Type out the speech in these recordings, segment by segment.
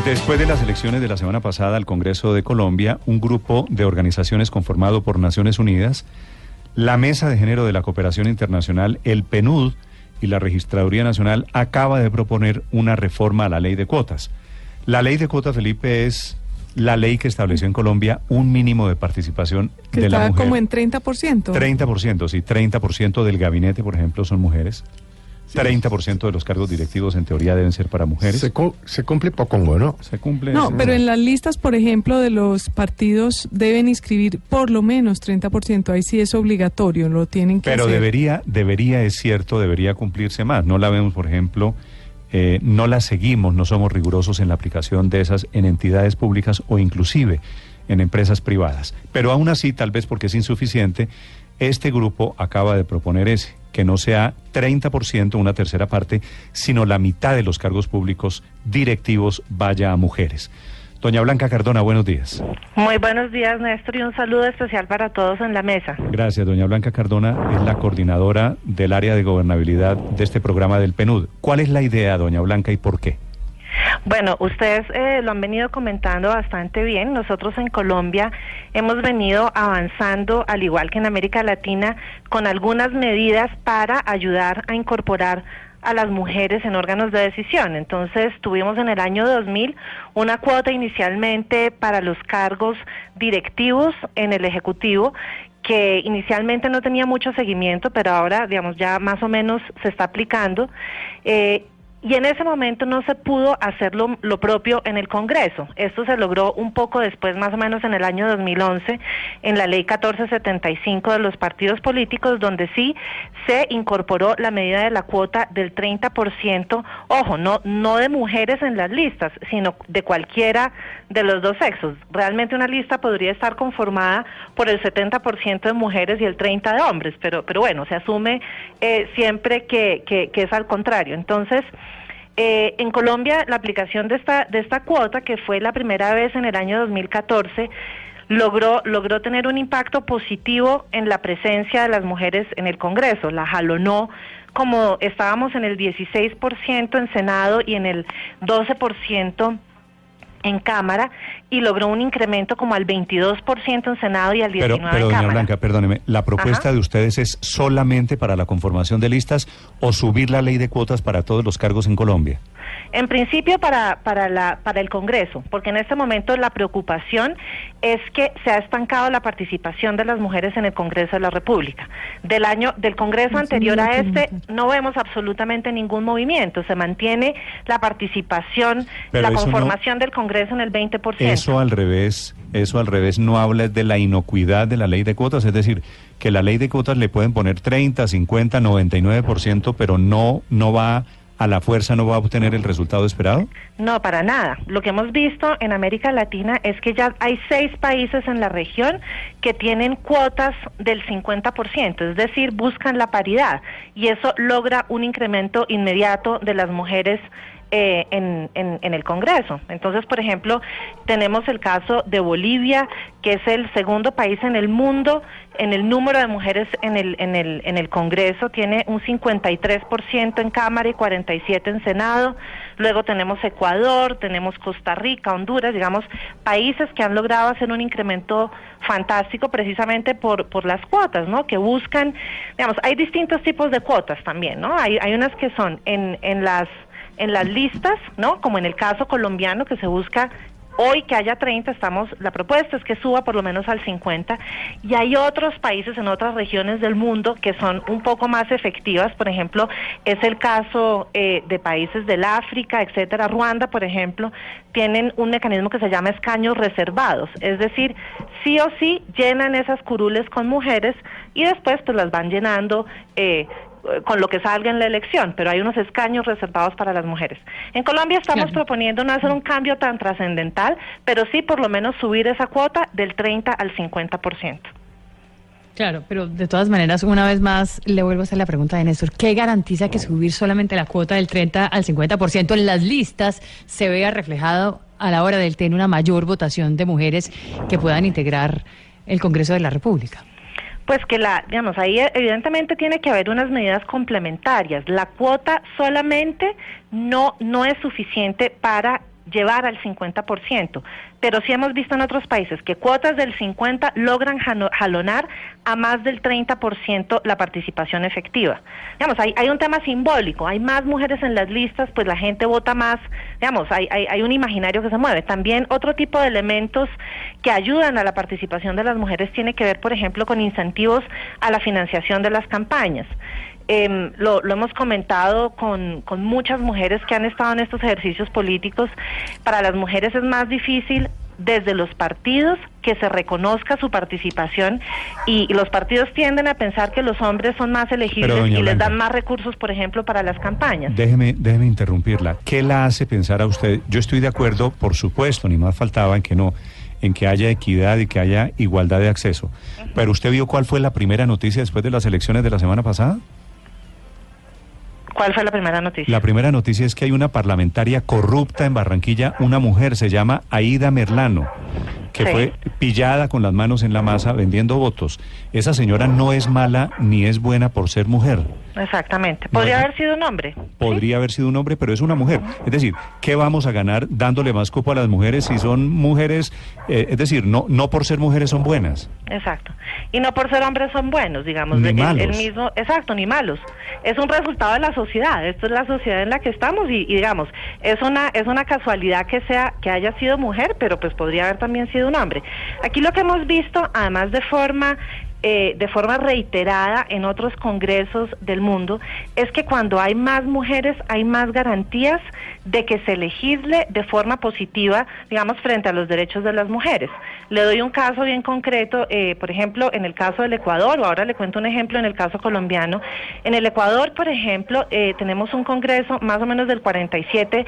Después de las elecciones de la semana pasada al Congreso de Colombia, un grupo de organizaciones conformado por Naciones Unidas, la Mesa de Género de la Cooperación Internacional, el PNUD y la Registraduría Nacional acaba de proponer una reforma a la ley de cuotas. La ley de cuotas, Felipe, es la ley que estableció en Colombia un mínimo de participación de la mujer. Está como en 30%. 30%, sí, 30% del gabinete, por ejemplo, son mujeres. 30% de los cargos directivos en teoría deben ser para mujeres. Se cumple poco, ¿no? Se cumple. No, pero en las listas, por ejemplo, de los partidos deben inscribir por lo menos 30%. Ahí sí es obligatorio, lo tienen que hacer. Pero debería, es cierto, debería cumplirse más. No la vemos, por ejemplo, no la seguimos, no somos rigurosos en la aplicación de esas en entidades públicas o inclusive en empresas privadas. Pero aún así, tal vez porque es insuficiente, este grupo acaba de proponer que no sea 30%, una tercera parte, sino la mitad de los cargos públicos directivos vaya a mujeres. Doña Blanca Cardona, buenos días. Muy buenos días, Néstor, y un saludo especial para todos en la mesa. Gracias, doña Blanca Cardona es la coordinadora del área de gobernabilidad de este programa del PNUD. ¿Cuál es la idea, doña Blanca, y por qué? Bueno, ustedes lo han venido comentando bastante bien. Nosotros en Colombia hemos venido avanzando, al igual que en América Latina, con algunas medidas para ayudar a incorporar a las mujeres en órganos de decisión. Entonces, tuvimos en el año 2000 una cuota inicialmente para los cargos directivos en el Ejecutivo, que inicialmente no tenía mucho seguimiento, pero ahora, digamos, ya más o menos se está aplicando. Y en ese momento no se pudo hacer lo propio en el Congreso. Esto se logró un poco después, más o menos en el año 2011, en la ley 1475 de los partidos políticos, donde sí se incorporó la medida de la cuota del 30%, ojo, no de mujeres en las listas, sino de cualquiera de los dos sexos. Realmente una lista podría estar conformada por el 70% de mujeres y el 30% de hombres, pero bueno, se asume siempre que es al contrario. Entonces, en Colombia, la aplicación de esta cuota, que fue la primera vez en el año 2014, logró tener un impacto positivo en la presencia de las mujeres en el Congreso. La jalonó, como estábamos en el 16% en Senado y en el 12% en Cámara, y logró un incremento como al 22% en Senado y al 19% en Cámara. Pero doña Blanca, perdóneme, ¿la propuesta de ustedes es solamente para la conformación de listas o subir la ley de cuotas para todos los cargos en Colombia? En principio para el Congreso, porque en este momento la preocupación es que se ha estancado la participación de las mujeres en el Congreso de la República. Del Congreso anterior a este no vemos absolutamente ningún movimiento, se mantiene la participación, la conformación del Congreso en el 20%. Eso al revés no habla de la inocuidad de la ley de cuotas, es decir, que la ley de cuotas le pueden poner 30, 50, 99%, pero no va a la fuerza, no va a obtener el resultado esperado. No, para nada. Lo que hemos visto en América Latina es que ya hay 6 países en la región que tienen cuotas del 50%, es decir, buscan la paridad, y eso logra un incremento inmediato de las mujeres en el Congreso. Entonces, por ejemplo, tenemos el caso de Bolivia, que es el segundo país en el mundo en el número de mujeres en el Congreso, tiene un 53% en Cámara y 47% en Senado. Luego tenemos Ecuador, tenemos Costa Rica, Honduras, digamos, países que han logrado hacer un incremento fantástico precisamente por las cuotas, ¿no? Que buscan, digamos, hay distintos tipos de cuotas también, ¿no? Hay unas que son en las listas, ¿no? Como en el caso colombiano, que se busca hoy que haya 30, la propuesta es que suba por lo menos al 50, y hay otros países en otras regiones del mundo que son un poco más efectivas. Por ejemplo, es el caso de países del África, etcétera. Ruanda, por ejemplo, tienen un mecanismo que se llama escaños reservados, es decir, sí o sí llenan esas curules con mujeres y después pues las van llenando con lo que salga en la elección, pero hay unos escaños reservados para las mujeres. En Colombia estamos proponiendo no hacer un cambio tan trascendental, pero sí por lo menos subir esa cuota del 30 al 50%. Claro, pero de todas maneras, una vez más, le vuelvo a hacer la pregunta de Néstor. ¿Qué garantiza que subir solamente la cuota del 30 al 50% en las listas se vea reflejado a la hora del tener una mayor votación de mujeres que puedan integrar el Congreso de la República? Pues que ahí evidentemente tiene que haber unas medidas complementarias. La cuota solamente no es suficiente para llevar al 50%, pero sí hemos visto en otros países que cuotas del 50% logran jalonar a más del 30% la participación efectiva. Digamos, hay un tema simbólico, hay más mujeres en las listas, pues la gente vota más, digamos, hay un imaginario que se mueve. También otro tipo de elementos que ayudan a la participación de las mujeres tiene que ver, por ejemplo, con incentivos a la financiación de las campañas. Lo hemos comentado con muchas mujeres que han estado en estos ejercicios políticos. Para las mujeres es más difícil desde los partidos que se reconozca su participación, y los partidos tienden a pensar que los hombres son más elegibles y les dan más recursos, por ejemplo, para las campañas. Déjeme interrumpirla. ¿Qué la hace pensar a usted? Yo estoy de acuerdo, por supuesto, ni más faltaba en que haya equidad y que haya igualdad de acceso. Pero ¿usted vio cuál fue la primera noticia después de las elecciones de la semana pasada? ¿Cuál fue la primera noticia? La primera noticia es que hay una parlamentaria corrupta en Barranquilla, una mujer, se llama Aida Merlano, que fue pillada con las manos en la masa vendiendo votos. Esa señora no es mala ni es buena por ser mujer. Exactamente. Podría haber sido un hombre. Podría haber sido un hombre, pero es una mujer. Es decir, ¿qué vamos a ganar dándole más cupo a las mujeres si son mujeres? Es decir, no por ser mujeres son buenas. Exacto. Y no por ser hombres son buenos, digamos. Ni malos. El mismo, exacto, ni malos. Es un resultado de la sociedad. Esto es la sociedad en la que estamos y digamos, es una casualidad que haya sido mujer, pero pues podría haber también sido un hombre. Aquí lo que hemos visto, además de forma reiterada en otros congresos del mundo, es que cuando hay más mujeres hay más garantías de que se legisle de forma positiva, digamos, frente a los derechos de las mujeres. Le doy un caso bien concreto, por ejemplo, en el caso del Ecuador, o ahora le cuento un ejemplo en el caso colombiano. En el Ecuador, por ejemplo, tenemos un congreso más o menos del 40%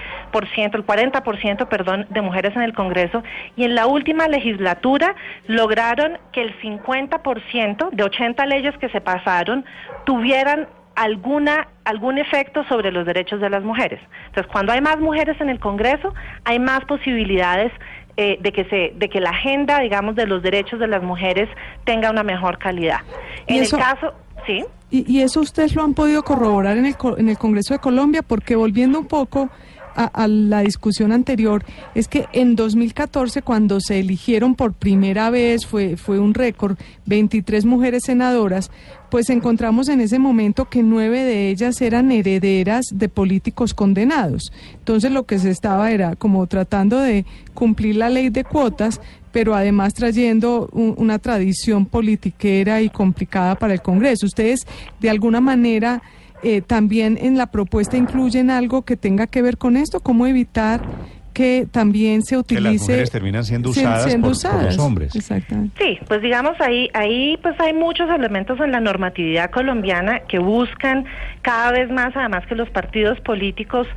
de mujeres en el congreso, y en la última legislatura lograron que el 50% de 80 leyes que se pasaron tuvieran algún efecto sobre los derechos de las mujeres. Entonces, cuando hay más mujeres en el Congreso, hay más posibilidades de que la agenda, digamos, de los derechos de las mujeres tenga una mejor calidad. En el caso, sí. Y eso ustedes lo han podido corroborar en el Congreso de Colombia, porque volviendo un poco a la discusión anterior, es que en 2014, cuando se eligieron por primera vez, fue un récord, 23 mujeres senadoras, pues encontramos en ese momento que 9 de ellas eran herederas de políticos condenados. Entonces lo que se estaba era como tratando de cumplir la ley de cuotas, pero además trayendo una tradición politiquera y complicada para el Congreso. Ustedes, de alguna manera, también en la propuesta incluyen algo que tenga que ver con esto, cómo evitar que también se utilice... Que las mujeres terminan siendo usadas por los hombres. Exactamente. Sí, pues digamos ahí pues hay muchos elementos en la normatividad colombiana que buscan cada vez más, además, que los partidos políticos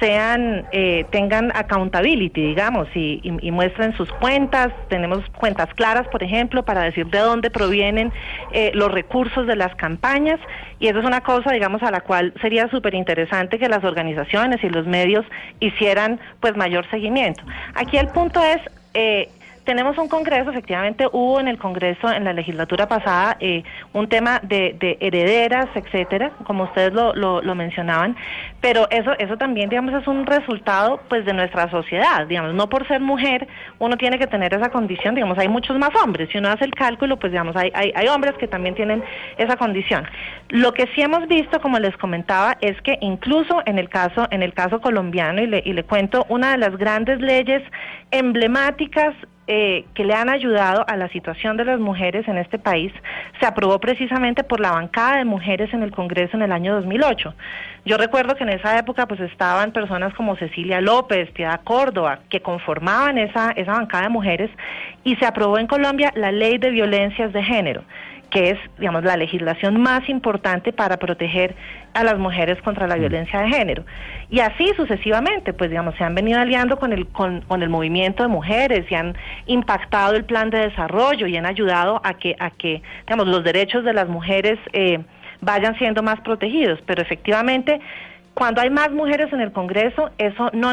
tengan accountability, digamos, y muestren sus cuentas. Tenemos cuentas claras, por ejemplo, para decir de dónde provienen los recursos de las campañas, y eso es una cosa, digamos, a la cual sería súper interesante que las organizaciones y los medios hicieran pues mayor seguimiento. Aquí el punto es, tenemos un congreso, efectivamente hubo en el congreso, en la legislatura pasada, un tema de herederas, etcétera, como ustedes lo mencionaban, pero eso también, digamos, es un resultado pues de nuestra sociedad, digamos, no por ser mujer uno tiene que tener esa condición, digamos, hay muchos más hombres, si uno hace el cálculo, pues digamos, hay hombres que también tienen esa condición. Lo que sí hemos visto, como les comentaba, es que incluso en el caso colombiano, y le cuento, una de las grandes leyes emblemáticas que le han ayudado a la situación de las mujeres en este país, se aprobó precisamente por la bancada de mujeres en el Congreso en el año 2008. Yo recuerdo que en esa época pues estaban personas como Cecilia López, Piedad Córdoba, que conformaban esa bancada de mujeres, y se aprobó en Colombia la Ley de Violencias de Género, que es, digamos, la legislación más importante para proteger a las mujeres contra la violencia de género. Y así sucesivamente, pues digamos, se han venido aliando con el movimiento de mujeres y han impactado el plan de desarrollo y han ayudado a que digamos, los derechos de las mujeres vayan siendo más protegidos. Pero efectivamente, cuando hay más mujeres en el Congreso, eso no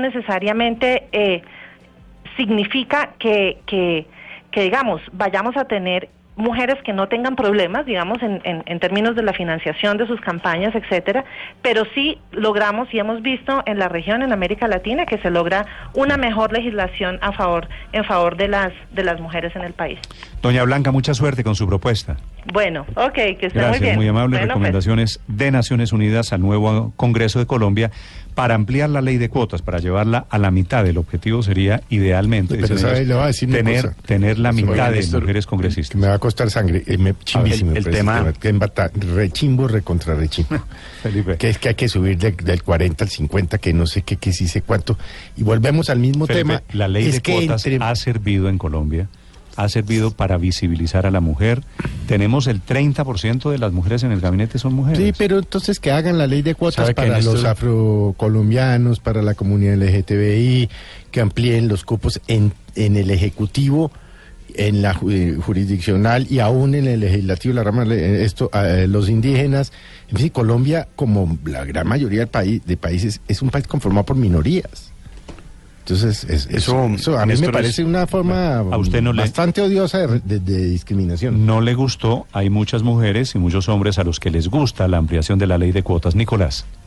necesariamente significa que digamos, vayamos a tener mujeres que no tengan problemas, digamos, en términos de la financiación de sus campañas, etcétera, pero sí logramos y hemos visto en la región, en América Latina, que se logra una mejor legislación en favor de las mujeres en el país. Doña Blanca, mucha suerte con su propuesta. Bueno, que esté Gracias, muy bien. muy amable. Bueno, Recomendaciones de Naciones Unidas al nuevo Congreso de Colombia para ampliar la ley de cuotas, para llevarla a la mitad. El objetivo sería, idealmente, Pero ¿sabe? Le voy a decir una cosa. tener la mitad de Néstor, mujeres que congresistas. me va a costar sangre. Chimbísimo. el tema- Que rechimbo recontra rechimbo. Felipe. Que es que hay que subir del 40 al 50, que no sé qué sí sé cuánto. Y volvemos al mismo Felipe, tema. la ley es de que cuotas ha servido en Colombia, ha servido para visibilizar a la mujer. Tenemos el 30% de las mujeres en el gabinete son mujeres. Sí, pero entonces que hagan la ley de cuotas ¿Sabe que para en los esto- afrocolombianos, para la comunidad LGTBI, que amplíen los cupos en el Ejecutivo, en la jurisdiccional y aún en el Legislativo, la rama, los indígenas. En fin, Colombia, como la gran mayoría de países, es un país conformado por minorías. Entonces, eso a mí Néstor, me parece una forma a usted no bastante odiosa de discriminación. No le gustó, hay muchas mujeres y muchos hombres a los que les gusta la ampliación de la ley de cuotas. Nicolás.